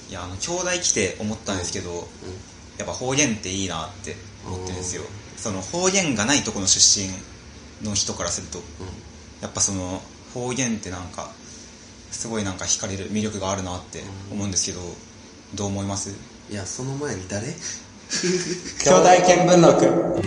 いや兄弟来て思ったんですけど、やっぱ方言っていいなって思ってるんですよ。その方言がないところの出身の人からすると、やっぱその方言ってなんかすごいなんか惹かれる魅力があるなって思うんですけど、どう思います？ いや、その前に誰？ 兄弟見聞録。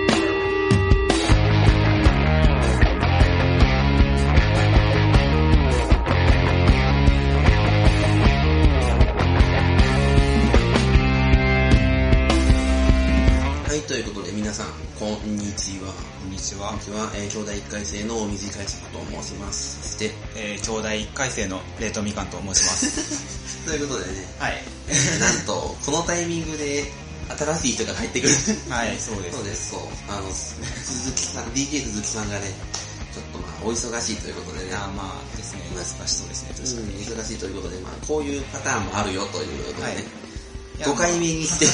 ということで皆さんこんにちは。 こんにちは。 兄弟1回生の大水海賊と申します。そして、 兄弟1回生の冷凍みかんと申しますということでね、 はい、 なんとこのタイミングで新しい人が入ってくるはい、そうです。 そうです。そう鈴木さん DJ 鈴木さんがねちょっとお忙しいということでね、 まあですね、忙しそうですね。確かに、 忙しいということで、こういうパターンもあるよということでね、 はい、 5回目にして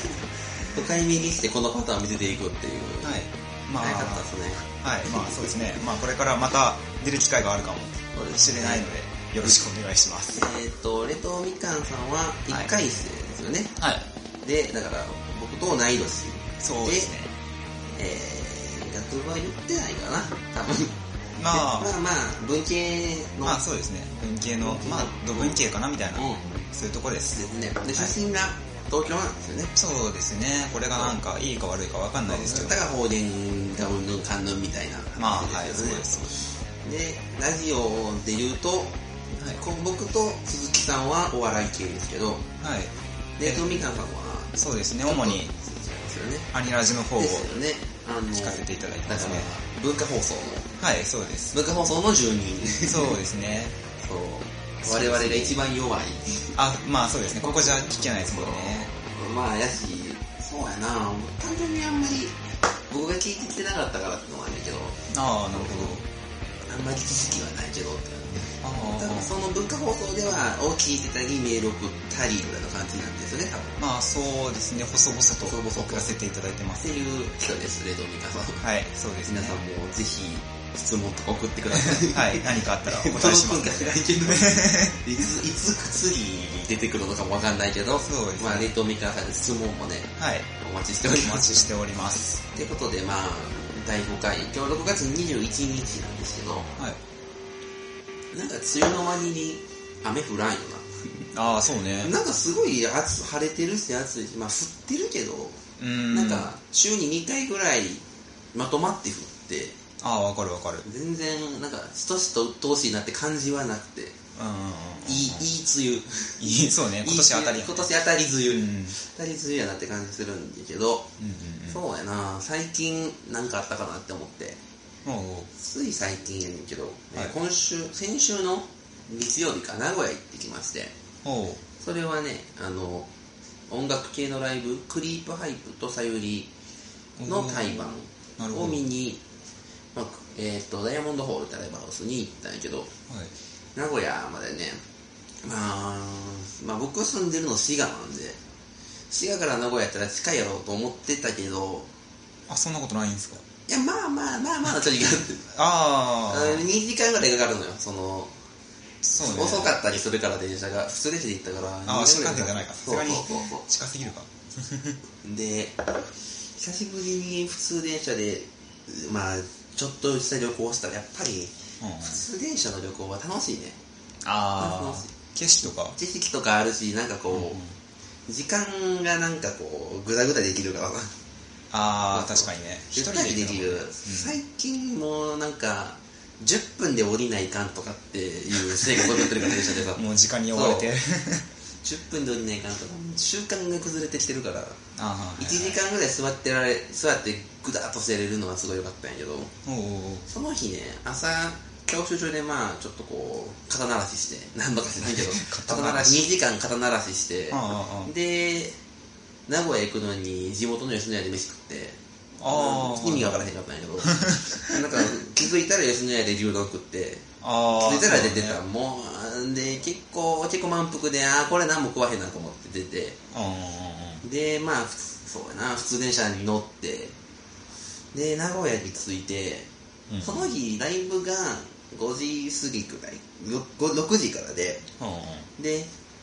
5回目にしてこのパターンを見せていくっていう。はい。早かったですね。 はい、そうですね。これからまた出る機会があるかもしれないので、よろしくお願いします。 レトみかんさんは1回生ですよね。はい。で、だから僕と同い年。 そうですね。 学部は言ってないかな、多分。文系の。 そうですね。文系の、土文系かなみたいな、そういうとこですね。 で、写真が東京なんですよね。 そうですね。これがなんかいいか悪いか分かんないですけど。 だから方言がうんぬんかんぬんみたいな感じですよね。で、ラジオで言うと、僕と鈴木さんはお笑い系ですけど、はい。で、みかんさんは、 そうですね。主にアニラジの方を聞かせていただいてますね。 文化放送の。 はい、そうです。 文化放送の住人。 そうですね。 そう。我々が一番弱い。 そうですね。ここじゃ聞けないですもんね。 やし、そうやな、単純にあんまり僕が聞いてきてなかったからってのもあるんだけど、 なるほど。あんまり知識はないけどって。多分その文化放送では聞いてたりメール送ったりぐらいの感じなんですよね、多分。 そうですね。細々と送らせていただいてます。 っていう人です、レドミカさん。 はい、そうですね。 皆さんもぜひ質問とか送ってください。 はい、何かあったらお答えします。 いつ次に出てくるのかもわかんないけど、 そうですね。 レドミカさんの質問もね、 はい、 お待ちしております。 お待ちしております。 ということで、第5回、今日6月21日なんですけど、はい。なんか梅雨の割に雨降らんよな。そうね。 なんかすごい晴れてるし暑いし、降ってるけど、なんか週に2回ぐらいまとまって降って、 わかるわかる。 全然なんかしとしと鬱陶しいなって感じはなくて、いい梅雨。 そうね。今年当たり梅雨。 当たり梅雨やなって感じするんだけど、そうやな、最近なんかあったかなって思って、つい最近やねんけど、先週の日曜日か名古屋行ってきまして、それはね、音楽系のライブ、クリープハイプとさゆりの対バンを見に、ダイヤモンドホールってライブハウスに行ったんやけど、名古屋までね、僕住んでるの滋賀なんで、滋賀から名古屋やったら近いやろうと思ってたけど、 そんなことないんですか？ いや、ちょっと違う。2時間ぐらいかかるのよ、そうね、遅かったりするから電車が、普通電車で行ったから。 新幹線じゃないか。さすがに近すぎるか。 で、久しぶりに普通電車で、ちょっとした旅行したら、やっぱり、普通電車の旅行は楽しいね。 景色とかあるし、なんか時間がなんかぐだぐだできるからな。 確かにね。 一人でできる。最近もうなんか、10分で降りないかんとかっていう生活をやってるから電車でさ。 もう時間に追われて。 10分で降りないかんとか、習慣が崩れてきてるから、1時間ぐらい座ってぐだっとしてれるのがすごい良かったんやけど、その日ね、朝、教習所でちょっと肩慣らしして、何度かしないけど、2時間肩慣らしして、で、名古屋行くのに地元の吉野家で飯食って、意味が分からへんかったんやけど、なんか気づいたら吉野家で牛丼食って、気づいたら出てた。もう、で、結構満腹で、これ何も食わへんなと思って出て、で、そうやな、普通電車に乗って、で、名古屋に着いて、その日ライブが5時過ぎくらい、6時からで、で、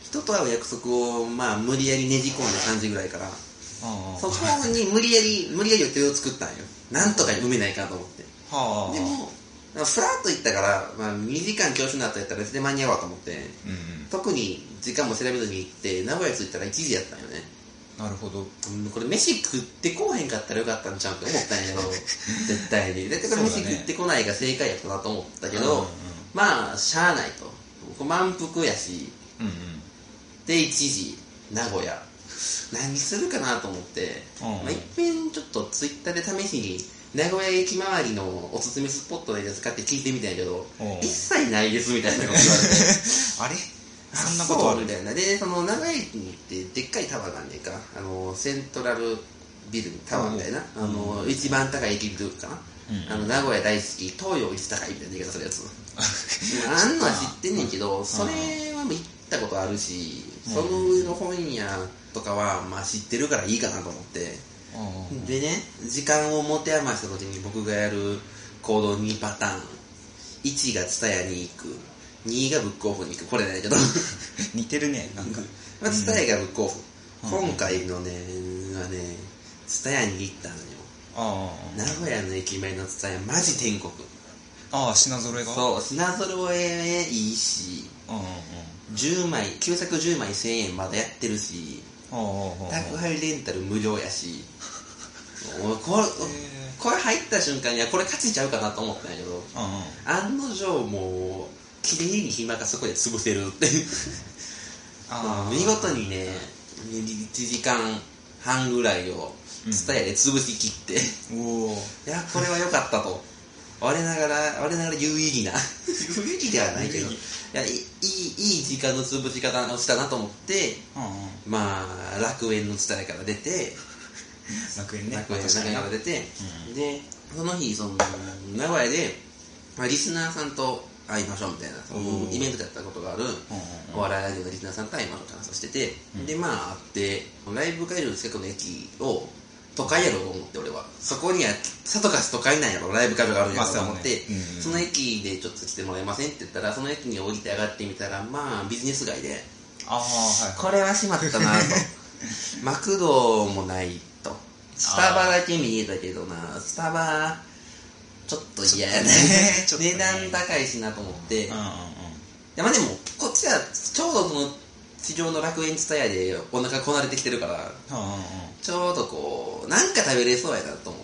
人と会う約束をまあ無理やりねじ込んで3時ぐらいから、そこに無理やり予定を作ったんよ。なんとか埋めないかと思って。でもフラッと行ったから、まあ、2時間教習の後やったら別で間に合うわと思って、特に時間も調べずに行って名古屋着いたら1時やったんよね。 なるほど。 これ飯食ってこうへんかったらよかったんちゃうって思ったんやけど絶対にこれ飯食ってこないが正解やったなと思ったけど、まあしゃあないと、満腹やし、で1時名古屋何するかなと思って、まあ、いっぺんちょっとツイッターで試しに名古屋駅周りのおすすめスポットないですかって聞いてみたんやけど、一切ないですみたいなこと言われてあれそんなことあるみたいな。で、その名古屋駅に行ってでっかいタワーがあんねんか、セントラルビルタワーみたいな、一番高い駅ビルかな、名古屋大好き東洋一高いみたいな言い方するやつあんのは知ってんねんけど、それは行ったことあるし、その上の本屋とかはまあ知ってるからいいかなと思って、でね、時間を持て余した時に僕がやる行動2パターン。1がツタヤに行く、2がブックオフに行く。これなんやけど似てるね、なんかツタヤがブックオフ、今回のねはねツタヤに行ったのよ。名古屋の駅前のツタヤマジ天国。 品揃えがそう、品揃えいいし、10枚旧作10枚1000円まだやってるし、宅配レンタル無料やしこれ入った瞬間にはこれ勝ちちゃうかなと思ったんやけど、案の定もう綺麗に暇がそこで潰せるって見事にね1時間半ぐらいをツタヤで潰しきって、いやこれは良かったと、我ながら有意義な有意義ではないけど、いい時間の潰し方をしたなと思って、まあ楽園のツタヤから出て楽園から出て、でその日名古屋で、リスナーさんと会いましょうみたいなイベントでやったことがあるお笑いラジオのリスナーさんと会いましょうって話をしてて、でまあ会ってライブ会場の近くの駅を都会やろうと思って、俺はそこにはさぞかし都会なんやろライブ会場があるんやろうと思って、その駅でちょっと来てもらえませんって言ったら、その駅に降りて上がってみたらまあビジネス街で、これはしまったなとマクドもないと、スタバだけ見えたけどな、スタバちょっと嫌やね値段高いしなと思って、まあでもこっちはちょうどその地上の楽園ツタヤでお腹こなれてきてるから、ちょうどこうなんか食べれそうやなと思って、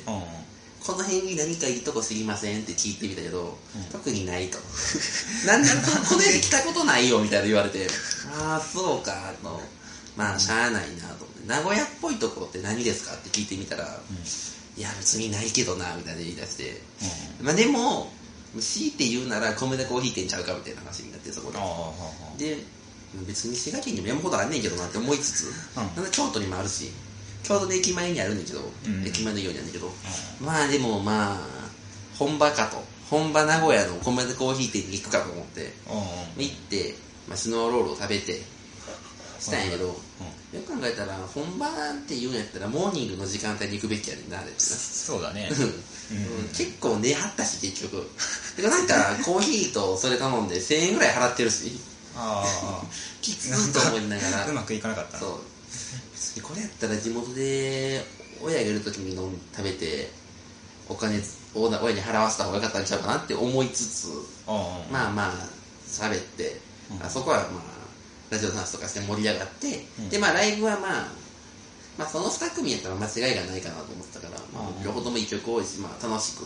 この辺に何かいいとこ知りませんって聞いてみたけど、特にないとなんだこの辺来たことないよみたいな言われてそうかと、まあしゃあないなと思って、名古屋っぽいところって何ですかって聞いてみたら、いや別にないけどなみたいな言い出して、まあでも強いて言うなら米田コーヒー店ちゃうかみたいな話になって、そこで別に滋賀県にも山ほどあんねんけどなって思いつつ、なんで京都にもあるし、京都の駅前にあるんだけど、駅前のようにあるんだけど、まあでもまあ本場名古屋の米田コーヒー店に行くかと思って行って、スノーロールを食べてしたんやけど、よく考えたら本場って言うんやったらモーニングの時間帯に行くべきやねんな、あれってな。 そうだね結構寝はったし結局なんかコーヒーとそれ頼んで1000円ぐらい払ってるしきついと思いながらうまくいかなかったな。 そう別にこれやったら地元で親がいる時に食べてお金を親に払わせた方がよかったんちゃうかなって思いつつ、まあ喋って、そこはまあラジオの話とかして盛り上がって、でまあライブはまあその2組やったら間違いがないかなと思ってたから、両方とも1曲多いし、楽しくって、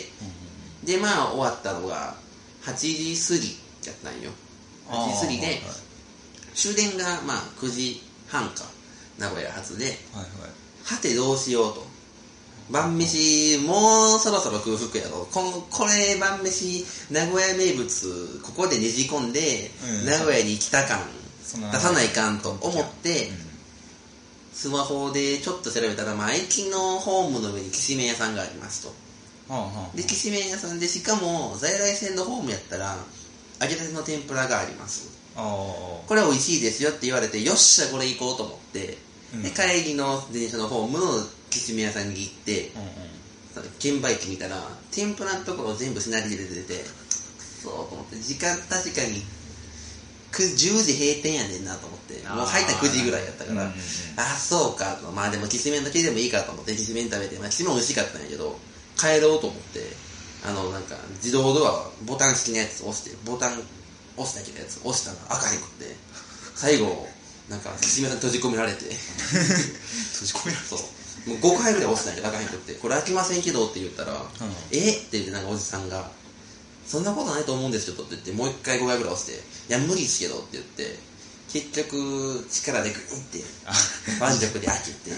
でまあ終わったのが8時過ぎやったんよ。8時過ぎで終電がまあ9時半か名古屋発で、はてどうしようと、晩飯もうそろそろ空腹やろ、これ晩飯名古屋名物ここでねじ込んで、名古屋に来た感出さないかんと思って、スマホでちょっと調べたら、駅のホームの上にきしめん屋さんがありますと。できしめん屋さんで、しかも在来線のホームやったら揚げたての天ぷらがあります、これ美味しいですよって言われて、よっしゃこれ行こうと思って、で帰りの電車のホームのきしめん屋さんに行って、券売機見たら天ぷらのところ全部品切れで出て、そうと思って、時間確かに 10時閉店やねんなと思って、もう入った9時ぐらいやったから、そうかと、まあでもきしめんだけでもいいかと思ってきしめん食べて、まあきしめん美味しかったんやけど、帰ろうと思って、なんか自動ドアボタン式のやつ押して、ボタン押すだけのやつ押したら開かへんくって、最後なんかきしめんさん閉じ込められて閉じ込められて、 そうもう5回ぐらい押したんやけど開かへんくって、これ開きませんけどって言ったら、って言って、なんかおじさんが、そんなことないと思うんですよって言って、もう1回5回ぐらい押して、いや無理ですけどって言って、結局力でグインって腕力で開けて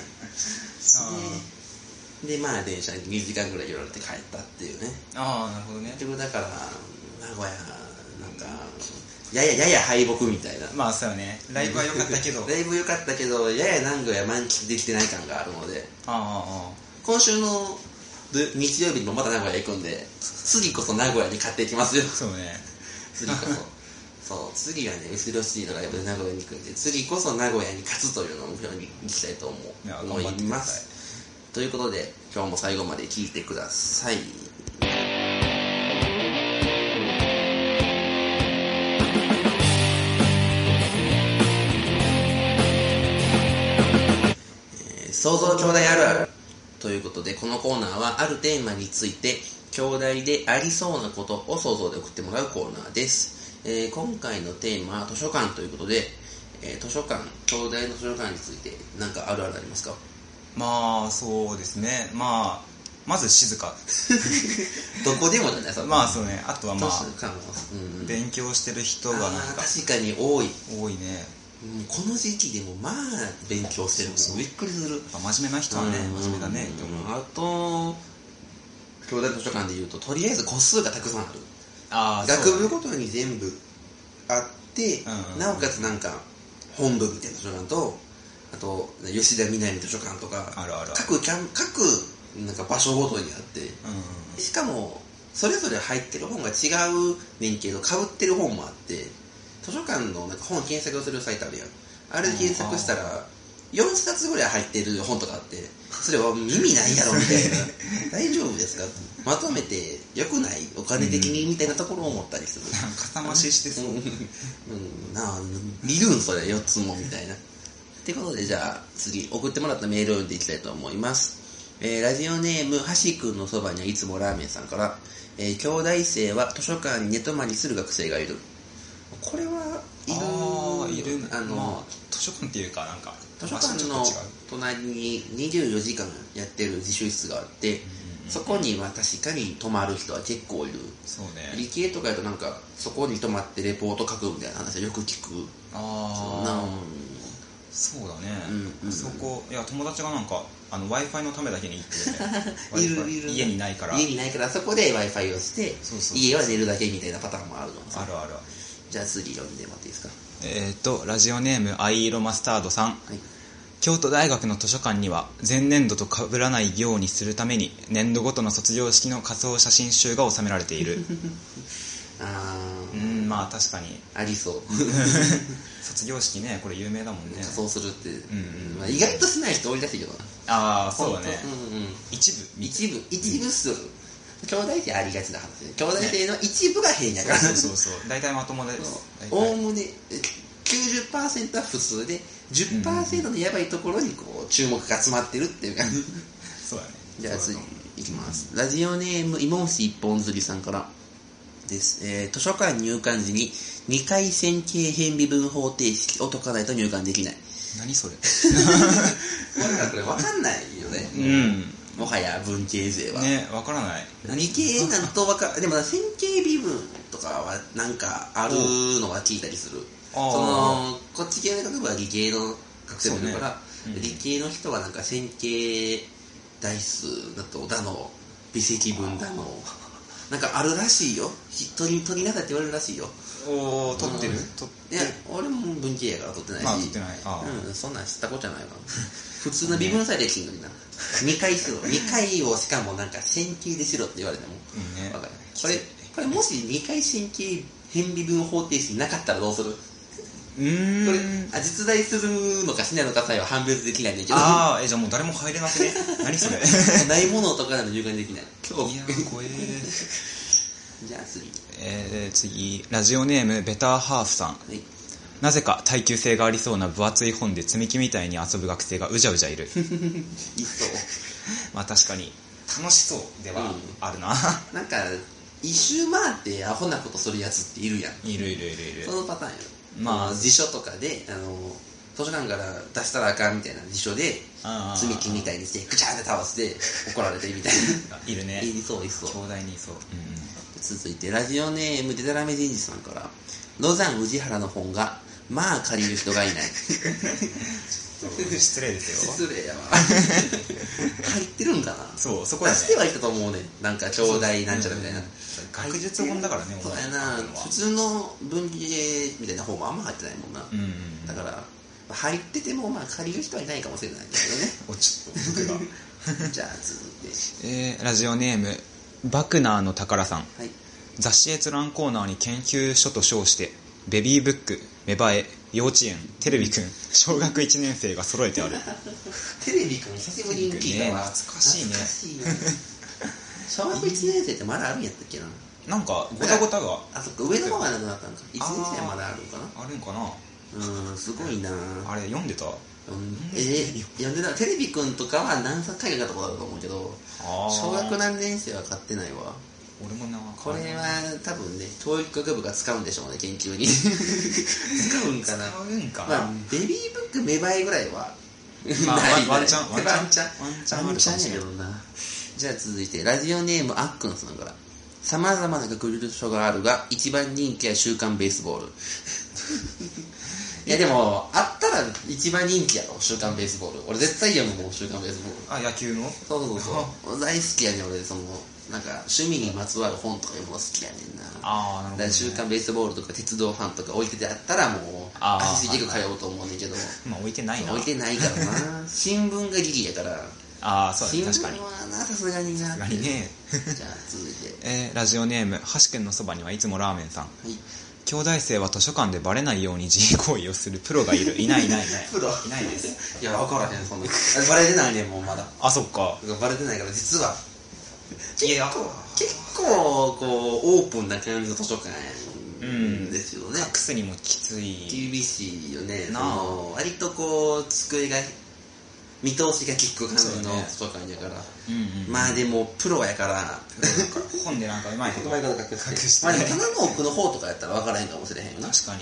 でまあ電車に2時間ぐらい寄られて帰ったっていうね。 ああ、なるほどね。 結局だから名古屋なんかやや敗北みたいな。 まあそうよね、ライブは良かったけどライブ良かったけどやや名古屋満喫できてない感があるので、今週の日曜日にもまた名古屋行くんで、次こそ名古屋に買っていきますよ。 そうね、 次こそそう次はね後ろシーのライブで名古屋に行くんで、次こそ名古屋に勝つというのを目標に行きたいと思います。ということで今日も最後まで聞いてください。想像兄弟あるあるということで、このコーナーはあるテーマについて兄弟でありそうなことを想像で送ってもらうコーナーです。今回のテーマは図書館ということで、図書館、兄弟の図書館について何かあるあるありますか？ まあそうですね、まず静かどこでもじゃないですか。 まあそうね、あとはまあ、勉強してる人がなんか確かに多いね。 この時期でもまあ勉強してるのびっくりする。 真面目な人はね、真面目だねって思う。 あと兄弟図書館でいうと、とりあえず個数がたくさんある。学部ごとに全部あって、なおかつなんか本部みたいな図書館と、あと吉田南図書館とか各なんか場所ごとにあって、しかもそれぞれ入ってる本が違うねんけど被ってる本もあって、図書館のなんか本検索をするサイトあるやん。あれで検索したら4冊ぐらい入ってる本とかあって、それは意味ないやろみたいな大丈夫ですか、まとめてよくないお金的にみたいなところを思ったりする。 かさ増ししてそう見るんそれ4つもみたいな。ってことで、じゃあ次送ってもらったメールを読んでいきたいと思います。ラジオネームはしくんのそばにはいつもラーメンさんから、兄弟生は図書館に寝泊まりする学生がいる。これはいる。 図書館っていうか、なんか図書館の隣に24時間やってる自習室があって、そこには確かに泊まる人は結構いる。 そうね。 理系とかだとなんかそこに泊まってレポート書くみたいな話はよく聞く。 そうだね。そこ、いや友達がなんかWi-Fi のためだけに行ってるね。家にないからそこで Wi-Fi をして、家は寝るだけみたいなパターンもあるの。 ある。 じゃあ次読んでもらっていいですか。 ラジオネーム藍色マスタードさん、京都大学の図書館には前年度と被らないようにするために年度ごとの卒業式の仮想写真集が収められている。まあ確かにありそう。 卒業式ね、これ有名だもんね。 そうするって、意外としない人多いらしいけどな。 そうだね。一部する。兄弟生ありがちな話で、兄弟生の一部が変やから。 そう大体まともです。 おおむね 90% は普通で 10% のやばいところにこう注目が集まってるっていう感じ。 そうだね。 じゃあ次いきます。ラジオネーム芋虫一本釣りさんからです。図書館入館時に2回線形変微分方程式を解かないと入館できない。 何それ。これ分かんないよね。もはや文系勢はね、分からない。 理系なんとでも線形微分とかはなんかあるのは聞いたりする。こっち系の学部は理系の学生もいるから、理系の人はなんか線形代数だとだの微積分だのなんかあるらしいよ。取りなさいって言われるらしいよ。 取ってる？ いや、俺も文系やから取ってないし。 取ってない。 そんなん知ったことじゃないな。普通の微分さえできんのにな。2回をしかもなんか線形でしろって言われても分かる。これもし2回線形変微分方程式なかったらどうする？これ実在するのかしないのかさえは判別できないんだけど。 じゃあもう誰も入れなくね。何それ。 ないものとかなの入館できない。 いや怖え。 じゃあ次。 次ラジオネームベターハーフさん。 なぜか耐久性がありそうな分厚い本で積み木みたいに遊ぶ学生がうじゃうじゃいる。 いそうまあ確かに楽しそうではあるな、 なんか一周回ってアホなことするやつっているやん。 いるそのパターンやろ。 まあ辞書とかで図書館から出したらあかんみたいな辞書で積み木みたいにしてぐちゃーって倒して怒られてみたいいるね。 いそう兄弟にいそう、 続いてラジオネームデタラメ人事さんから、ロザン宇治原の本がまあ借りる人がいない。 失礼ですよ。 失礼やわ。入ってるんかな。 そうそこやね。 出してはいたと思うね。なんか兄弟なんちゃらみたいな。 学術本だからね。 そうやな。普通の文芸みたいな本もあんま入ってないもんな。だから入っててもまあ借りる人はいないかもしれないけどね。 ちょっと僕が。 じゃあ続いて。 ラジオネームバクナーの宝さん。 はい。 雑誌閲覧コーナーに研究所と称してベビーブック、芽生え、幼稚園、テレビくん、小学1年生が揃えてある。 テレビくん久しぶりに聞いたわ。 懐かしいね。 小学1年生ってまだあるんやったっけな。 なんかごたごたが。 あ、そっか、上の方がなくなったんか。1年生はまだあるんかな。 あるんかな。 すごいな。 あれ読んでた？ 読んでた。テレビくんとかは何回か買ったことあると思うけど、小学何年生は買ってないわ。 俺もな。 これは多分ね、教育学部が使うんでしょうね、研究に。使うんかな。 使うんかな。 まあベビーブック芽生えぐらいはワンチャンやけどな。じゃあ続いてラジオネームあっくんさんから、さまざまな学術書があるが一番人気は週刊ベースボール。いやでもあったら一番人気やろ、週刊ベースボール。俺絶対読むもん、週刊ベースボール。 あ、野球の？ そう大好きやねん俺。なんか趣味にまつわる本とか読むの好きやねんな。 ああ、なるほど、ね。 週刊ベースボールとか鉄道ファンとか置いててあったらもう足しげく通うと思うねんけど、 まあ置いてないな。 置いてないからな。新聞がギリやから。 ああ、そうだね。 確かに。新聞はな、さすがにな。 さすがにね。 じゃあ続いて。 ラジオネームはしくんのそばにはいつもラーメンさん。 はい。 兄弟生は図書館でバレないように自衛行為をするプロがいる。いない。 プロいないです。 いや、分からへん、そんな。バレてないねん、もうまだ。 あ、そっか。 バレてないから、実は。結構、こう、オープンな感じの図書館ですよね。 隠すにもきつい。 厳しいよね。割とこう、机が、見通しが利く感じの図書館やから。まあでも、プロやから。 本でなんかうまいこと隠して。まあでも、棚の奥の方とかやったら分からへんかもしれへんよな。 確かに。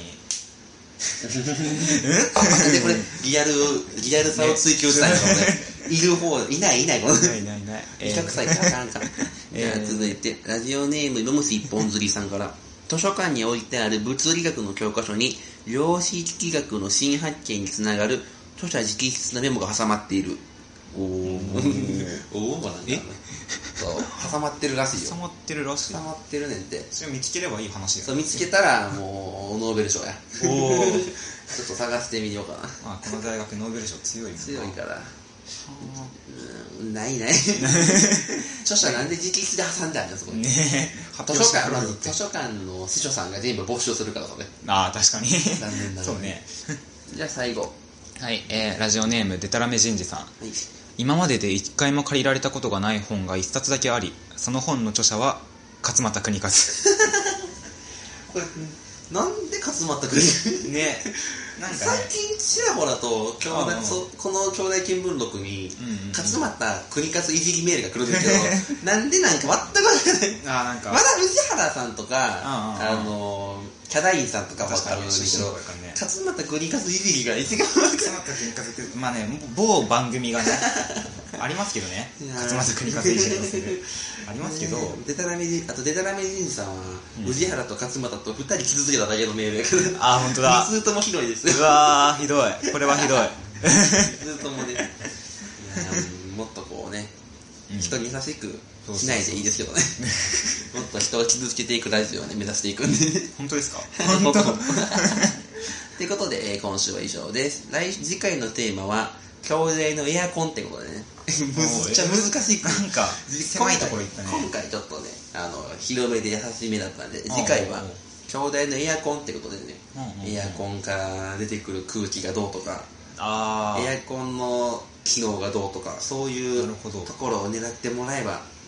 で、これ、リアルさを追求したいのね。いる方、いない、この。 ない。 比較されたらあかんから。じゃあ続いて、ラジオネーム、イモムシ一本釣りさんから、図書館に置いてある物理学の教科書に、量子力学の新発見につながる、著者直筆のメモが挟まっている。おーなんだね。そう、挟まってるらしいよ。 挟まってるらしい。 挟まってるねんて。 それ見つければいい話だ。 そう、見つけたら、もう、ノーベル賞や。ちょっと探してみようかな。 まあ、この大学ノーベル賞強いもんな。 強いから。ない。著者なんで直筆で挟んであるんだそこに。 ね図書館の司書さんが全部没収するからそれ。 ああ、確かに。 残念なそうね。 じゃあ最後。 はい、ラジオネームデタラメ人事さん。今までで一回も借りられたことがない本が一冊だけあり、その本の著者は勝俣邦和。 これなんで勝俣邦和ね。なんかね、 最近ちらほらとこの兄弟見聞録に勝俣邦和いじりメールが来るんですけど、なんでなんか全く分からない。まだ宇治原さんとかキャダインさんとか分かるんですけど、勝俣邦和いじりが一番分かる。 勝俣邦和ってまあね、某番組がねありますけどね、勝俣邦和いじりをするありますけど、 デタラメ人事さんは宇治原と勝俣と2人傷つけただけのメールやけど、 あ、本当だ。 2通ともひどいです。 うわー、ひどい。これはひどい。 2通ともね、もっとこうね、人に優しくしないでいいですけどね。もっと人を傷つけていくラジオをね、目指していくんで。 本当ですか？ 本当。ということで、今週は以上です。次回のテーマは、兄弟のエアコンってことでね。めっちゃ難しい。 なんか、狭いところ行ったね。 今回ちょっとね、広めで優しめだったんで、次回は、兄弟のエアコンってことでね、エアコンから出てくる空気がどうとか、エアコンの機能がどうとか、そういうところを狙ってもらえば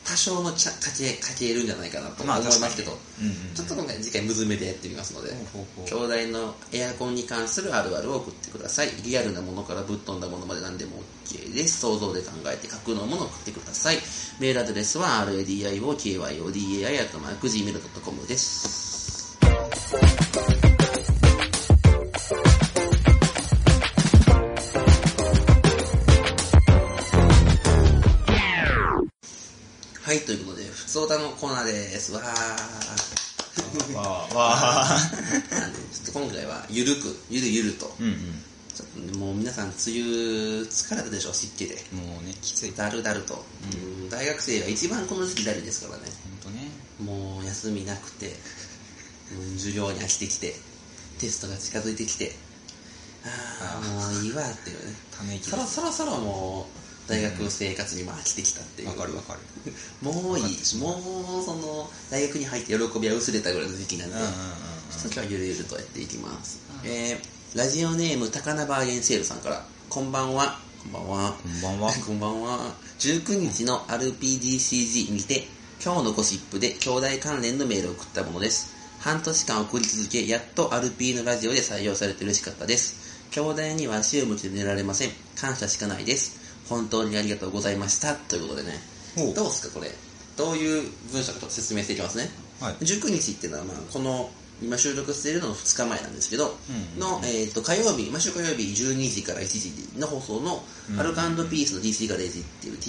多少の書けるんじゃないかなと思いますけど、ちょっと今回次回ムズめでやってみますので、兄弟のエアコンに関するあるあるを送ってください。リアルなものからぶっ飛んだものまで何でも OK です。想像で考えて架空のものを送ってください。メールアドレスは radiokyoodai@gmail.com です。はい、ということで、ふつおたのコーナーです。わー。なんで、ちょっと今回はゆるく、ゆると。ちょっともう皆さん、梅雨疲れたでしょ、湿気で。 もうね、きつい。 だると。大学生が一番この時期だりですからね。 ほんとね。 もう休みなくて、授業に飽きてきて、テストが近づいてきて、もういいわっていうね。 ため息そろそろもう、大学生活にも飽きてきたっていう。 わかる。 もういい。もうその大学に入って喜びは薄れたぐらいの時期なんで、ちょっと今日はゆるゆるとやっていきます。ラジオネーム高菜バーゲンセールさんから、こんばんは。19日の RPGCG にて、今日のゴシップで兄弟関連のメールを送ったものです。半年間送り続け、やっと RP のラジオで採用されて嬉しかったです。兄弟には足を向けて寝られません。感謝しかないです。本当にありがとうございましたということでね、どうですかこれ、どういう文章かと説明していきますね。19日っていうのは、この今収録しているのの2日前なんですけど、の、火曜日、毎週火曜日12時から1時の放送の、アルコ&ピースの DC ガレージっていう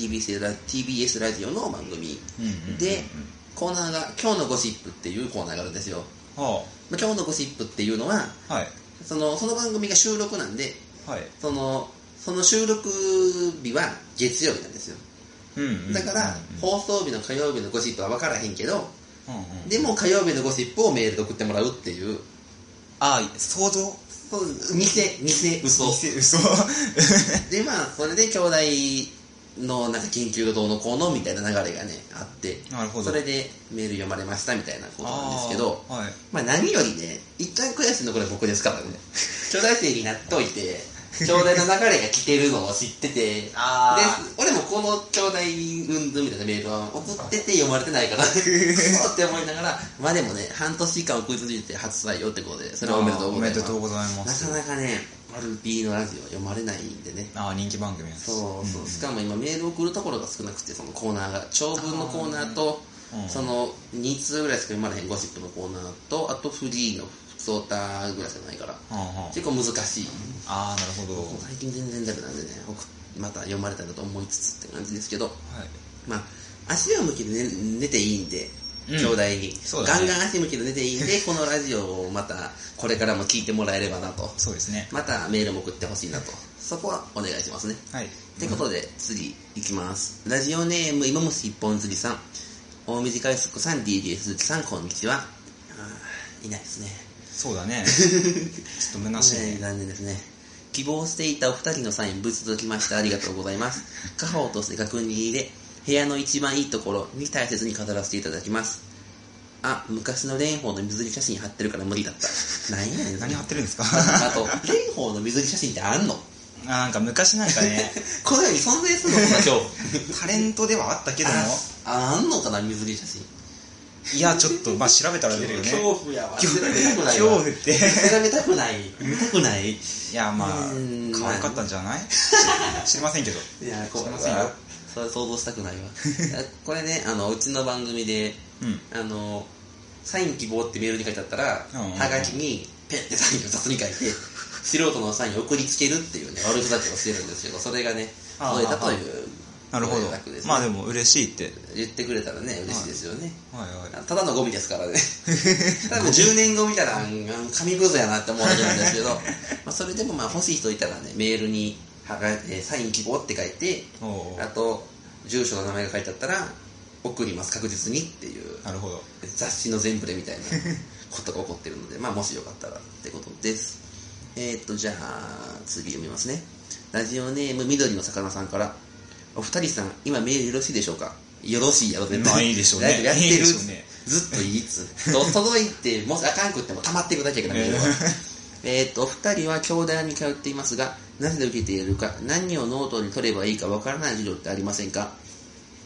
TBS ラジオの番組で、コーナーが今日のゴシップっていうコーナーがあるんですよ。今日のゴシップっていうのは、その番組が収録なんで、その収録日は月曜日なんですよ。だから、放送日の火曜日のゴシップは分からへんけど、でも火曜日のゴシップをメールで送ってもらうっていう。 想像偽嘘。で、それで兄弟のなんか研究がどうのこうのみたいな流れがね、あって、それでメール読まれましたみたいなことなんですけど、何よりね、一番悔しいのこれ僕ですからね。兄弟生になっといて、兄弟の流れが来てるのを知ってて、で、俺もこの兄弟運動みたいなメールは送ってて読まれてないからそうって思いながら、でもね、半年間送り続けて初採用ってことで、それはおめでとうございます。なかなかね、RP のラジオ読まれないんでね。 人気番組なんです。 そう、しかも今メール送るところが少なくて、そのコーナーが、長文のコーナーと、その2通ぐらいしか読まれへんゴシップのコーナーと、あとフリーのソーターぐらいしかないから、結構難しい。 なるほど。 最近全然ダメなんでね、また読まれたらと思いつつって感じですけど、足を向けて寝ていいんで、兄弟に、ガンガン足向けて寝ていいんで、このラジオをまたこれからも聞いてもらえればなと。 そうですね。 またメールも送ってほしいなと。そこはお願いしますね。ってことで、次いきます。ラジオネーム芋虫一本釣りさん、大水海賊さん、DJ 鈴木さん、こんにちは。いないですね。 そうだね。ちょっと虚しいね。 残念ですね。希望していたお二人のサイン無事届きました。ありがとうございます。家宝として確認入れ、部屋の一番いいところに大切に飾らせていただきます。昔の蓮舫の水着写真貼ってるから無理だった。何やねん。 何貼ってるんですか？ あと、蓮舫の水着写真ってあんの？ なんか昔なんかね、 この世に存在するのかな、今日。タレントではあったけども。 あんのかな、水着写真。 いや、ちょっと、調べたら出るよね。 恐怖やわ。調べたくないわ。 恐怖って。 調べたくない。見たくない。 いや、可愛かったんじゃない？知りませんけど。 いや、知りませんよ。それ想像したくないわ。これね、うちの番組で、サイン希望ってメールに書いてあったら、はがきにペッてサインを雑に書いて、素人のサインを送りつけるっていうね、悪ふざけをしてるんですけど、それがね、届いたという。 なるほど。でも嬉しいって言ってくれたらね、嬉しいですよね。ただのゴミですからね。多分10年後見たら紙くずやなって思われるんですけど、それでも欲しい人いたらね、メールにサイン希望って書いて、あと住所の名前が書いてあったら送ります確実にっていう。 なるほど。 雑誌の全部でみたいなことが起こってるので、もしよかったらってことです。じゃあ次読みますね。ラジオネーム緑の魚さんから、お二人さん、今メールよろしいでしょうか？よろしいやろ、絶対。 いいでしょうね。 やってる。ずっといいっつ。届いて、もしあかんくっても溜まっていくだけやから、メールは。お二人は兄弟に通っていますが、なぜ受けているか、何をノートに取ればいいかわからない授業ってありませんか？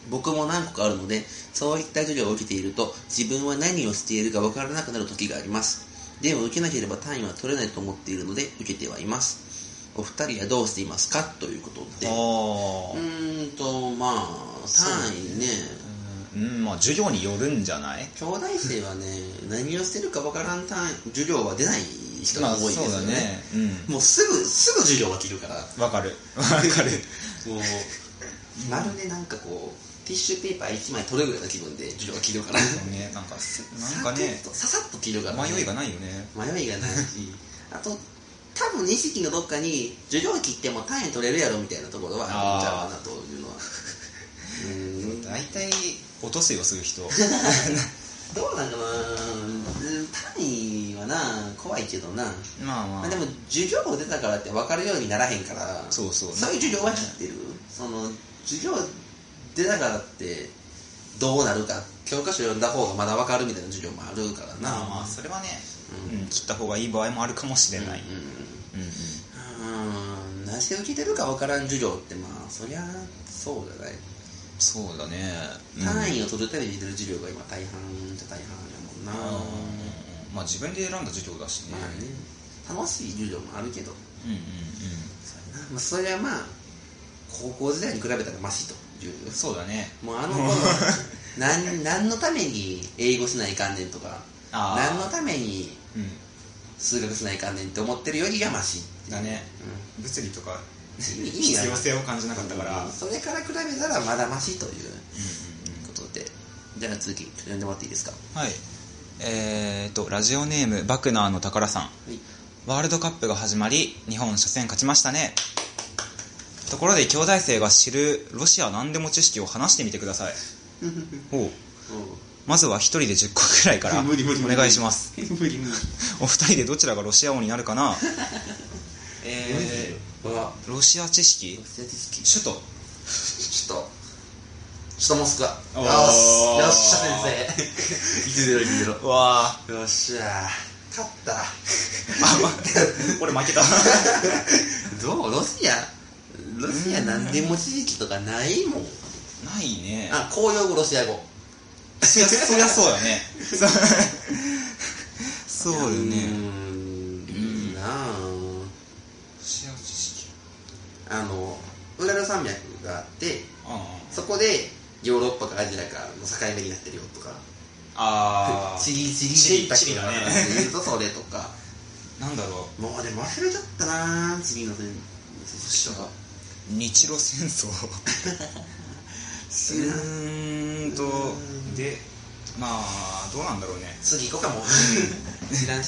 僕も何個かあるので、そういった授業を受けていると自分は何をしているか分からなくなる時があります。でも受けなければ単位は取れないと思っているので受けてはいます。お二人はどうしていますかということで、まあ単位ね、 まあ授業によるんじゃない？ 京大生はね、何をしてるか分からん授業は出ない人が多いですよね。そうだね、もうすぐ授業が切るから。 わかるもうまるでなんかこうティッシュペーパー1枚取るぐらいの気分で授業が切るからね、なんかね、 ささっと切るから、ね、 迷いがないよね。 迷いがないしあと多分意識のどっかに授業切っても単位取れるやろみたいなところはあるんちゃうかなというのは大体落とせよする人どうなんかな、単位はな怖いけどな、まあでも授業出たからって分かるようにならへんから、そういう授業は切ってる、その授業出たからってどうなるか、教科書読んだ方がまだ分かるみたいな授業もあるからな。 まあそれはね、切った方がいい場合もあるかもしれない。 何して受けてるか分からん授業ってまあそりゃそうじゃない。 そうだね、 単位を取るために出る授業が今大半じゃ大半やもんな。 まあ自分で選んだ授業だしね、 まあね、楽しい授業もあるけど、それはまあ高校時代に比べたらマシという。 そうだね、 もうあの頃何のために英語しないかんねんとか、何のために数学しないかんねんって思ってるよりがマシだね、物理とか必要性を感じなかったから、 それから比べたらまだマシということで、じゃあ次読んでもらっていいですか。 はい、ラジオネームバクナーの宝さん、ワールドカップが始まり日本初戦勝ちましたね。ところで京大生が知るロシア何でも知識を話してみてくださいまずは一人で10個くらいからお願いしますお二人でどちらがロシア王になるかなロシア知識、首都モスクワ。よっしゃ先生1-0 わー、よっしゃ勝った俺負けたどう？ロシア何でも知識とかないもん。 ないね。 公用語ロシア語。 そりゃそうだねそうよね。 いいなぁ。 ロシア知識、 ウラル山脈があって、そこでヨーロッパかアジアかの境目になってるよとか、チリ選択だね言うとそれとかなんだろう、 もうでも忘れちゃったなぁ。チリの選手とか日露戦争で、まあどうなんだろうね。 次行こうかも知らん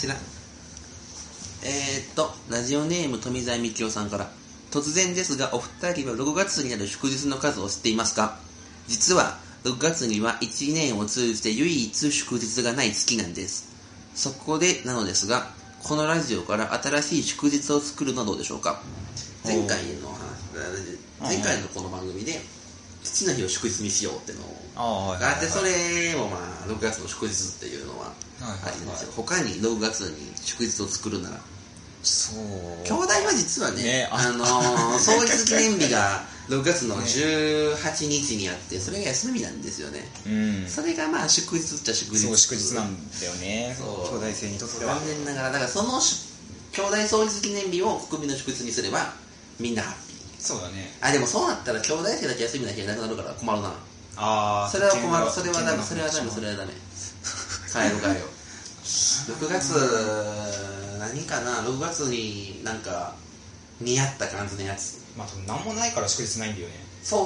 ラジオネーム富澤美京さんから、突然ですがお二人は6月になる祝日の数を知っていますか？実は6月には1年を通じて唯一祝日がない月なんです。そこでなのですが、このラジオから新しい祝日を作るのはどうでしょうか？前回のこの番組で父の日を祝日にしようってのがあって、それもまあ6月の祝日っていうのはありますよ。他に6月に祝日を作るなら、兄弟は実はね、創立記念日が6月の18日にあって、それが休みなんですよね。それがまあ祝日っちゃ祝日。 そう、祝日なんだよね、兄弟生にとっては。 残念ながら、だからその兄弟創立記念日を国民の祝日にすればみんなハッピー。 そうだね。 でもそうなったら兄弟生だけ休みなきゃいなくなるから困るな。それは困る。それはダメ。帰ろう。6月何かな。6月になんか似合った感じのやつ。 まあ多分何もないから祝日ないんだよね。 そう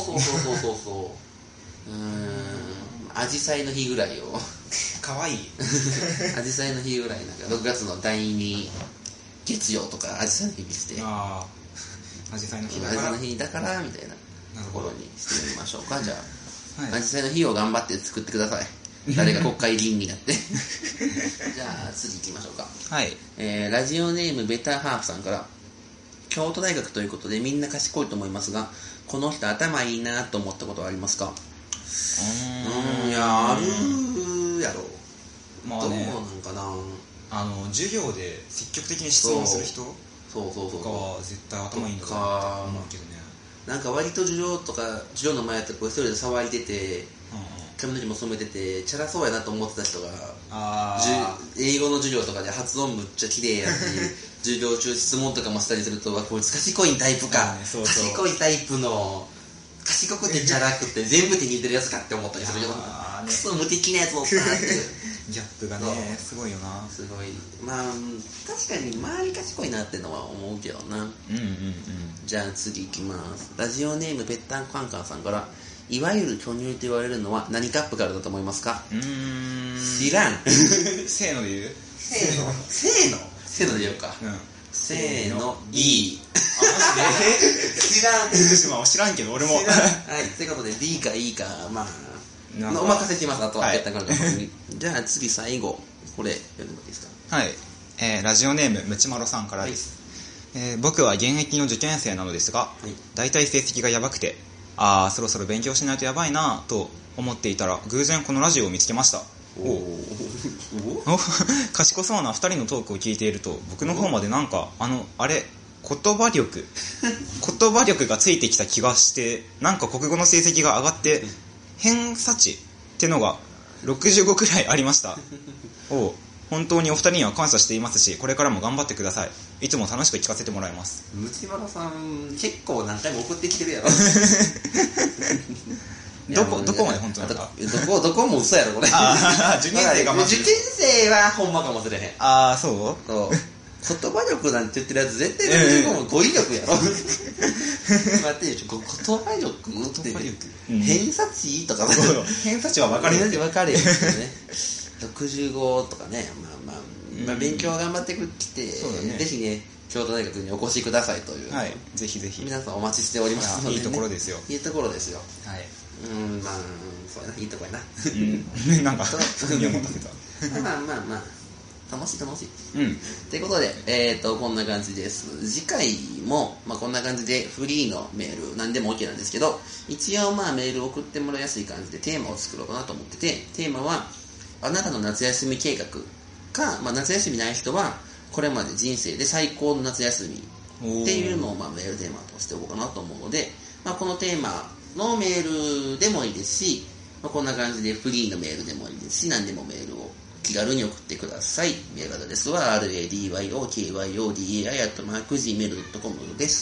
アジサイの日ぐらいをかわいいアジサイの日ぐらい、なんか6月の第2月曜とかアジサイの日にして、アジサイの日だからみたいなところにしてみましょうか。じゃあ、アジサイの日を頑張って作ってください誰が国会議員になってじゃあ次行きましょうか。 はい、 ラジオネームベターハーフさんから、京都大学ということでみんな賢いと思いますが、この人頭いいなと思ったことはありますか？いや、あるやろ。まあね、どうなんかな。 授業で積極的に質問する人とかは絶対頭いいんだと思うけどね。 なんか割と授業の前やったらこう一人で騒いでて、髪の毛も染めててチャラそうやなと思ってた人が英語の授業とかで発音むっちゃ綺麗やし授業中質問とかもしたりするとこいつ賢いタイプか、賢いタイプの賢くてチャラくて全部手に入れてるやつかって思ったりするけど、クソ無敵なやつおったなっていうギャップがねすごいよな。 すごい。まあ確かに周り賢いなってのは思うけどな。じゃあ次いきます。ラジオネームぺったんカンカンさんから、いわゆる巨乳と言われるのは何カップからだと思いますか？知らん。 せーので言う？ せーので言うか。せーの、D。知らん。 知らんけど俺も。 はい、ということで D か E か、まあお任せします。あとはぺったんカンカンさんに。じゃあ次最後これ読んでもいいですか？ はい。ラジオネームむちまろさんからです。僕は現役の受験生なのですが、大体成績がやばくて、そろそろ勉強しないとやばいなと思っていたら偶然このラジオを見つけました。賢そうな2人のトークを聞いていると僕の方までなんか言葉力がついてきた気がして、なんか国語の成績が上がって偏差値ってのが65くらいありました。本当にお二人には感謝していますし、これからも頑張ってください。いつも楽しく聞かせてもらいます。 ムチバラさん結構何回も送ってきてるやろ。 どこまで本当なのか。 どこも嘘やろこれ。 受験生が受験生はほんまかもしれへん。 そう言葉力なんて言ってるやつ絶対65も語彙力やろ。待ってよ、言葉力って偏差値とか偏差値は分かるよね。 65とかね、まあ勉強頑張ってきて、ぜひね京都大学にお越しくださいという、 ぜひぜひ皆さんお待ちしておりますので、 いいところですよ。 いいところですよ。まあそうやな、いいとこやな。 なんか身を持たせた。 まあ楽しい。ということで、こんな感じです。次回も、こんな感じでフリーのメール、何でも OK なんですけど、一応メールを送ってもらいやすい感じでテーマを作ろうかなと思ってて、テーマは、あなたの夏休み計画か、夏休みない人は、これまで人生で最高の夏休みっていうのを、メールテーマとしておこうかなと思うので、このテーマのメールでもいいですし、こんな感じでフリーのメールでもいいですし、何でもメールを気軽に送ってください。メールアドレスは radyokyodai@gmail.com です。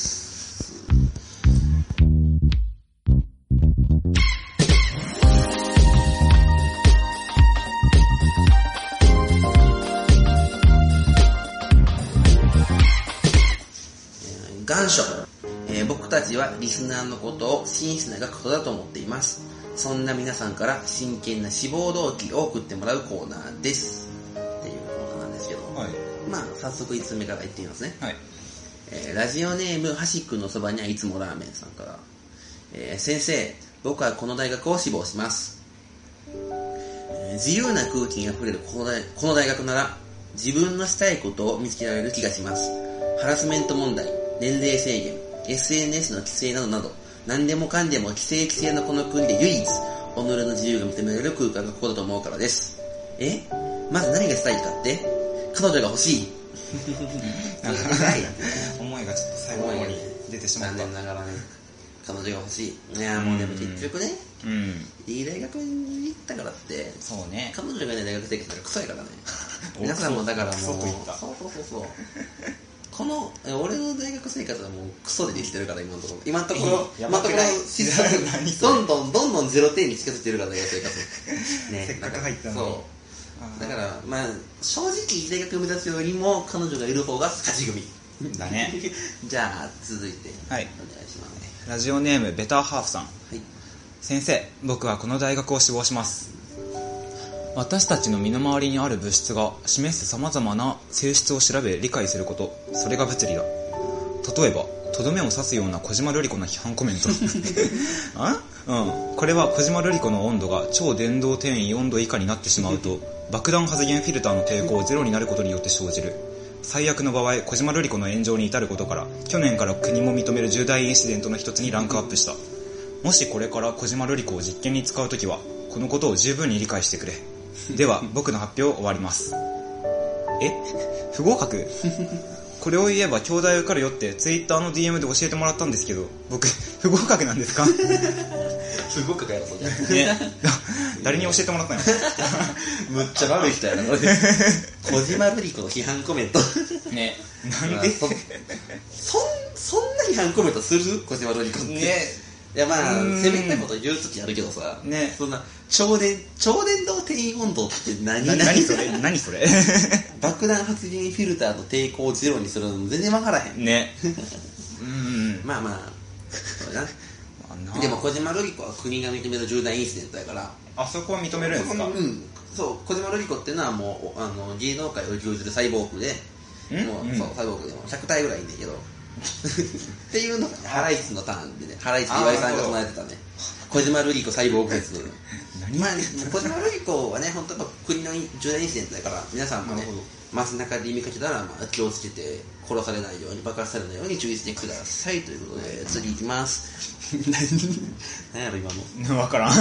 願書、僕たちはリスナーのことを真摯な学徒だと思っています。そんな皆さんから真剣な志望動機を送ってもらうコーナーです。っていうコーナーなんですけど、早速5つ目から言ってみますね。ラジオネームはしくのそばにはいつもラーメンさんから、先生、僕はこの大学を志望します。自由な空気にあふれるこの大学なら自分のしたいことを見つけられる気がします。ハラスメント問題、年齢制限、SNS の規制などなど、何でもかんでも規制のこの国で唯一己の自由が認められる空間がここだと思うからです。まず何がしたいかって、彼女が欲しい。 思いがちょっと最後に出てしまった。 残念ながらね、彼女が欲しい。いやもうでも結局ね、いい大学に行ったからって、 そうね、 彼女がいない大学生活がクソやからね。皆さんもだからもう、そうこの俺の大学生活はもうクソでできてるから、今のところどんどん0点に近づいてるから、大学生活ね、せっかく入ったのに。 そうだから正直大学目指すよりも彼女がいる方が勝ち組だね。 じゃあ続いてお願いします。 ラジオネームベターハーフさん、先生、僕はこの大学を志望します。私たちの身の回りにある物質が示す様々な性質を調べ理解すること、それが物理だ。例えばとどめを刺すような小島瑠璃子の批判コメントこれは小島瑠璃子の温度が超電導転移4度以下になってしまうと爆弾発言フィルターの抵抗ゼロになることによって生じる。最悪の場合、小島瑠璃子の炎上に至ることから去年から国も認める重大インシデントの一つにランクアップした。もしこれから小島瑠璃子を実験に使うときはこのことを十分に理解してくれ。では僕の発表を終わります。不合格これを言えば兄弟受かるよってツイッターの DM で教えてもらったんですけど、僕不合格なんですか？ 不合格やろそれね。誰に教えてもらったの？ むっちゃ悪い人やなこれ。小島瑠璃子の批判コメントね。なんでそんな批判コメントする？小島瑠璃子ってね。 いやまあ攻めたこと言うときあるけどさ、 ね、 そんな超電導定員温度って何それ爆弾発言フィルターの抵抗をゼロにするの全然分からへんね。 まあそうだな。でも小島瑠璃子は国が認める重大インシデントやから、 あそこは認めるんですか？ そう、小島瑠璃子っていうのはもう芸能界を牛耳るサイボーグで、もうそうサイボーグでも100体ぐらいいんだけどっていうのがハライチのターンでね、ハライチ岩井さんが唱えてたね、小島瑠璃子サイボーグ説。まあ小島瑠璃子はね、本当に国の重大インシデントだから皆さんもね、街中で見かけたら気をつけて殺されないように、爆発されないように注意してくださいということで、次いきます。何やろ今の分からん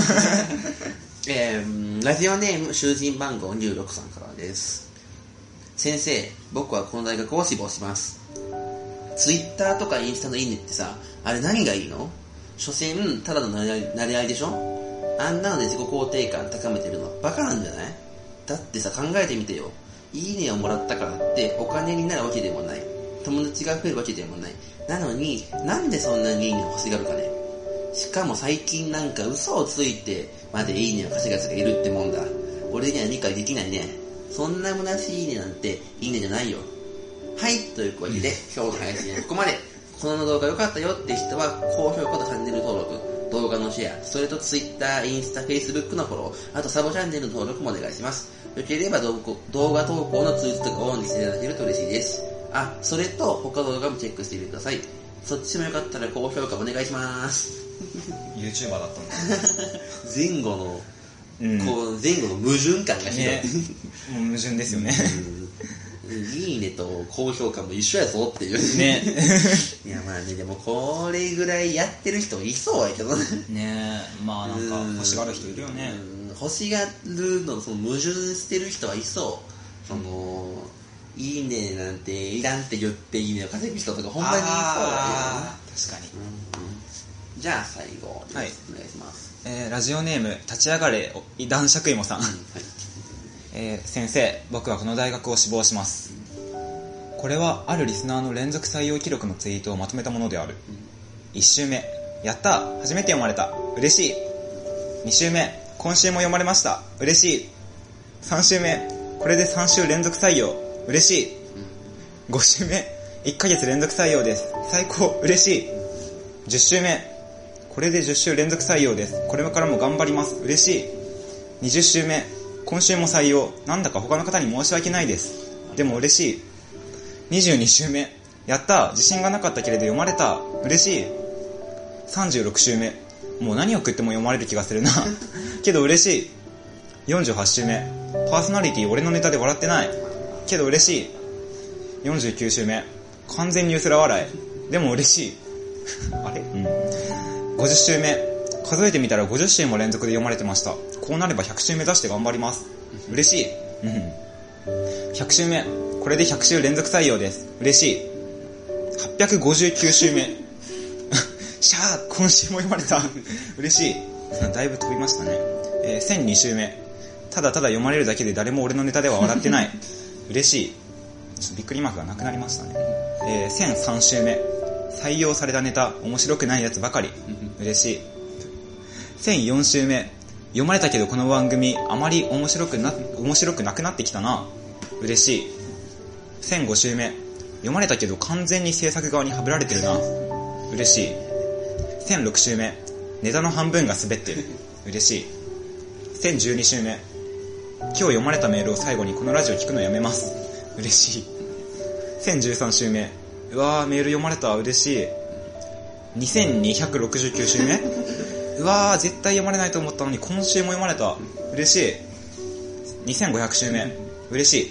ラジオネーム囚人番号26さんからです。先生、僕はこの大学を志望します。ツイッターとかインスタのいいねってさ、あれ何がいいの？所詮ただのなれ合いでしょ？あんなので自己肯定感高めてるのバカなんじゃない？だってさ、考えてみてよ。いいねをもらったからってお金になるわけでもない、友達が増えるわけでもない。なのになんでそんなにいいねを欲しがるかね。しかも最近なんか嘘をついてまでいいねを稼ぐ奴がいるってもんだ。俺には理解できないね。そんな虚しいいいねなんていいねじゃないよ。はい、というわけで今日の配信はここまで。この動画良かったよって人は高評価とチャンネル登録、動画のシェア、それと Twitter、インスタ、Facebook のフォロー、あとサブチャンネルの登録もお願いします。よければ動画投稿の通知とかオンにしていただけると嬉しいです。あ、それと他の動画もチェックしてみてください。そっちもよかったら高評価お願いします。 YouTuber だったんだ。 前後の、こう前後の矛盾感がひどい、ね、 もう矛盾ですよね。 いいねと高評価も一緒やぞっていうね。 いやまあね、でもこれぐらいやってる人いそうやけどね。 ねえ、まあなんか欲しがる人いるよね。 欲しがるの、その矛盾してる人はいそう。そのいいねなんていらんって言っていいねを稼ぐ人とかほんまにいそうやよ。 確かに。 じゃあ最後、 はい、 お願いします。 ラジオネーム立ち上がれ男爵芋さん。先生、僕はこの大学を志望します。これはあるリスナーの連続採用記録のツイートをまとめたものである。1週目、やったー、初めて読まれた、嬉しい。2週目、今週も読まれました、嬉しい。3週目、これで3週連続採用、嬉しい。5週目、1ヶ月連続採用です、最高、嬉しい。10週目、これで10週連続採用です、これからも頑張ります、嬉しい。20週目、今週も採用、なんだか他の方に申し訳ないです、でも嬉しい。22週目、やったー、自信がなかったけれど読まれた、嬉しい。36週目、もう何を食っても読まれる気がするなけど嬉しい。48週目、パーソナリティ俺のネタで笑ってないけど嬉しい。49週目、完全にうすら笑いでも嬉しいあれ、50週目、数えてみたら50週も連続で読まれてました。こうなれば100週目指して頑張ります、嬉しい。100週目、これで100週連続採用です、嬉しい。859週目シャー、今週も読まれた嬉しい。だいぶ飛びましたね。1002週目、ただただ読まれるだけで誰も俺のネタでは笑ってない嬉しい。ちょっとびっくりマークがなくなりましたね。1003週目、採用されたネタ面白くないやつばかり、嬉しい。1004週目、読まれたけどこの番組あまり面白くなくなってきたな、嬉しい。1005週目、読まれたけど完全に制作側にはぶられてるな、嬉しい。1006週目、ネタの半分が滑ってる、嬉しい。1012週目、今日読まれたメールを最後にこのラジオ聞くのやめます、嬉しい。1013週目、うわーメール読まれた、嬉しい。2269週目、うわー絶対読まれないと思ったのに今週も読まれた、嬉しい。2500週目、嬉しい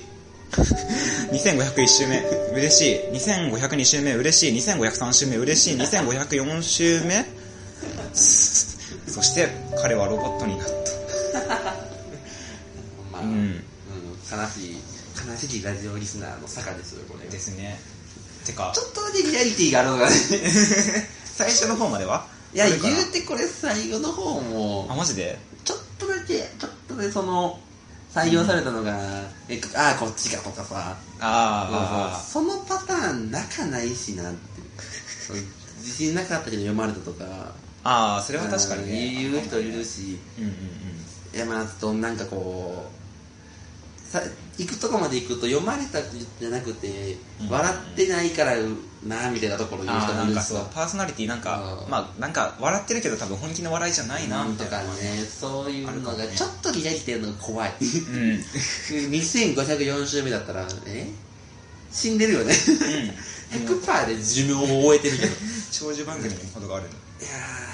2501週目、嬉しい。2502週目、嬉しい。2503週目、嬉しい。2504週目そして彼はロボットになったまあ、悲しいラジオリスナーの坂ですよ、これですね。 てかちょっとだけリアリティがあるのがね最初の方までは、 いや言うてこれ最後の方もマジでちょっとだけその採用されたのが、こっちかとかさ、そのパターンないしなって自信なかったけど読まれたとか、 それは確かにね言う人いるし、いやなんかこう行くとこまで行くと読まれたじゃなくて、笑ってないからなみたいなところ言う人もいるし、 パーソナリティなんか笑ってるけど多分本気の笑いじゃないなみたいなとかね、そういうのがちょっとリアリティのが怖い2504週目だったら死んでるよね100% で寿命を終えてるけど長寿番組にほどがある。 いや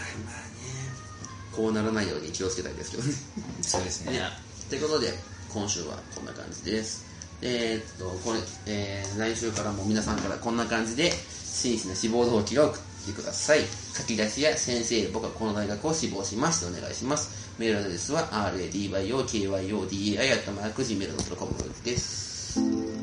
こうならないように気をつけたいですけどねそうですね。 ということで今週はこんな感じです。来週からも皆さんからこんな感じで真摯な志望動機を送ってください。書き出しや先生、僕はこの大学を志望しますとお願いします。メールアドレスは radyokyodai@gmail.com です。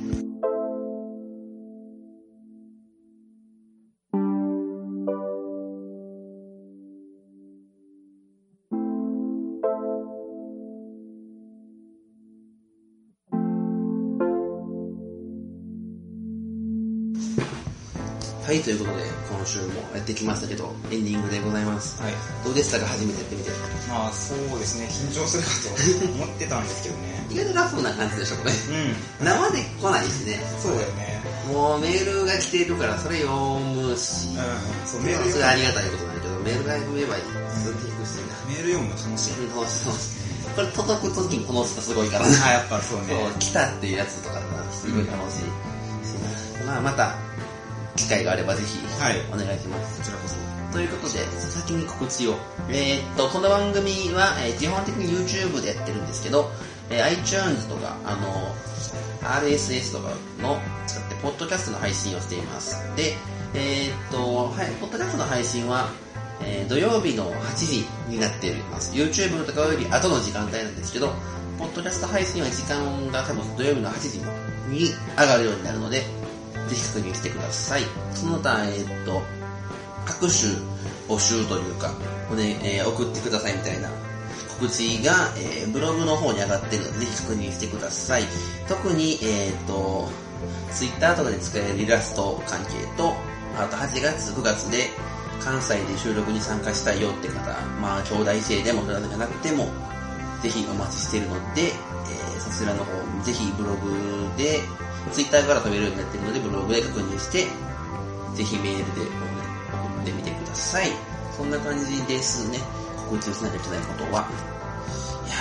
はい、ということで今週もやってきましたけどエンディングでございます。はい、どうでしたか、初めてやってみて。 そうですね、緊張するかと思ってたんですけどね意外とラフな感じでしょこれ、生で来ないしね。 そうだよね。 もうメールが来てるからそれ読むし、そうメールそれありがたいことなんだけど、メールが読めばいい。ずっと行くしな。 メール読むの楽しい。 楽しい。これ届く時にこの人すごいからね。 やっぱそうね。 来たっていうやつとかすごい楽しいしな。また機会があればぜひお願いします。 こちらこそ。 ということで先に告知を。この番組は基本的に YouTube でやってるんですけど、iTunes とかRSS とかの使ってポッドキャストの配信をしています。で、ポッドキャストの配信は土曜日の8時になっています。YouTube とかより後の時間帯なんですけど、ポッドキャスト配信は時間が多分土曜日の8時に上がるようになるので、ぜひ確認してください。その他、各種募集というか、送ってくださいみたいな告知が、ブログの方に上がってるので、ぜひ確認してください。特に、Twitter とかで使えるイラスト関係と、あと8月、9月で関西で収録に参加したいよって方、兄弟生でもそれじゃなくても、ぜひお待ちしているので、そちらの方、ぜひブログで、Twitter から飛べるようになっているので、ブログで確認して、ぜひメールで送ってみてください。そんな感じですね。告知をしなきゃいけないことは。いや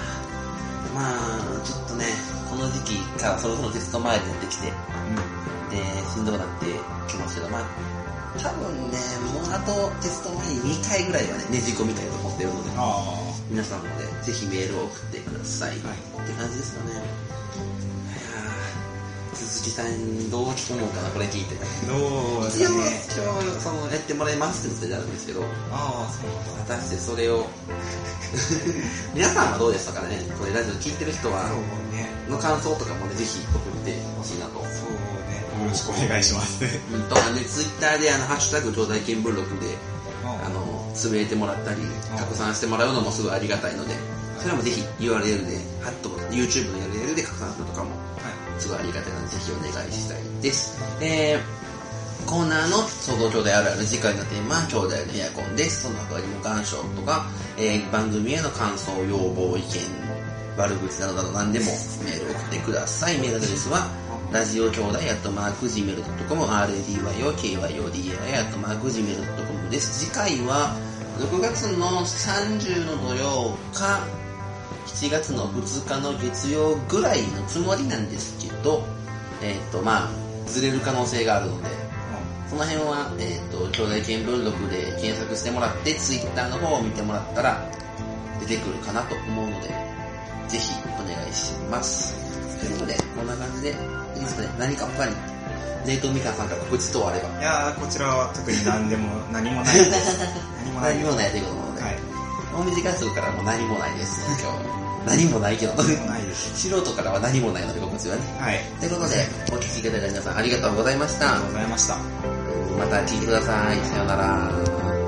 ー、ちょっとね、この時期からそろそろテスト前になってきて、で、しんどくなってきますけど、多分ね、もうあとテスト前に2回ぐらいはね、ねじ込みたいと思ってるので、皆さんもね、ぜひメールを送ってください。って感じですよね。鈴木さんどう思うかな、これ聞いて。 どうです一応ね。 やってもらいますって言ってあるんですけど、果たしてそれを皆さんはどうでしたかね。これラジオ聞いてる人はの感想とかもね、ぜひ送ってほしいなと。 そうね、よろしくお願いします。 とかね、ツイッターでハッシュタグ兄弟見聞録でつぶやいてもらったり拡散してもらうのもすごいありがたいので、それもぜひ URL でYouTube の URL で拡散するとかもすごいありがたいので、ぜひお願いしたいです。コーナーの総合兄弟あるある次回のテーマは兄弟のエアコンです。その他にも願書とか、番組への感想、要望、意見、悪口などなど何でもメールを送ってください。メールアドレスはラジオ兄弟@gmail.com radyokyodai@gmail.com です。次回は6月の30の土曜か7月の2日の月曜ぐらいのつもりなんですけど、ずれる可能性があるので、その辺は、兄弟見聞録で検索してもらって、Twitter の方を見てもらったら出てくるかなと思うので、ぜひお願いします。ということで、こんな感じでいいですかね。何か他にネイトミカさんから告知等あれば。 いやー、こちらは特に何もない何もないということなので、 大水合宿からも何もないです、今日。何もないけど、 ないです。 素人からは何もないので、僕ですよね。 はい。 ということで、お聞きいただいた皆さんありがとうございました。 ありがとうございました。 また聞いてください。さようなら。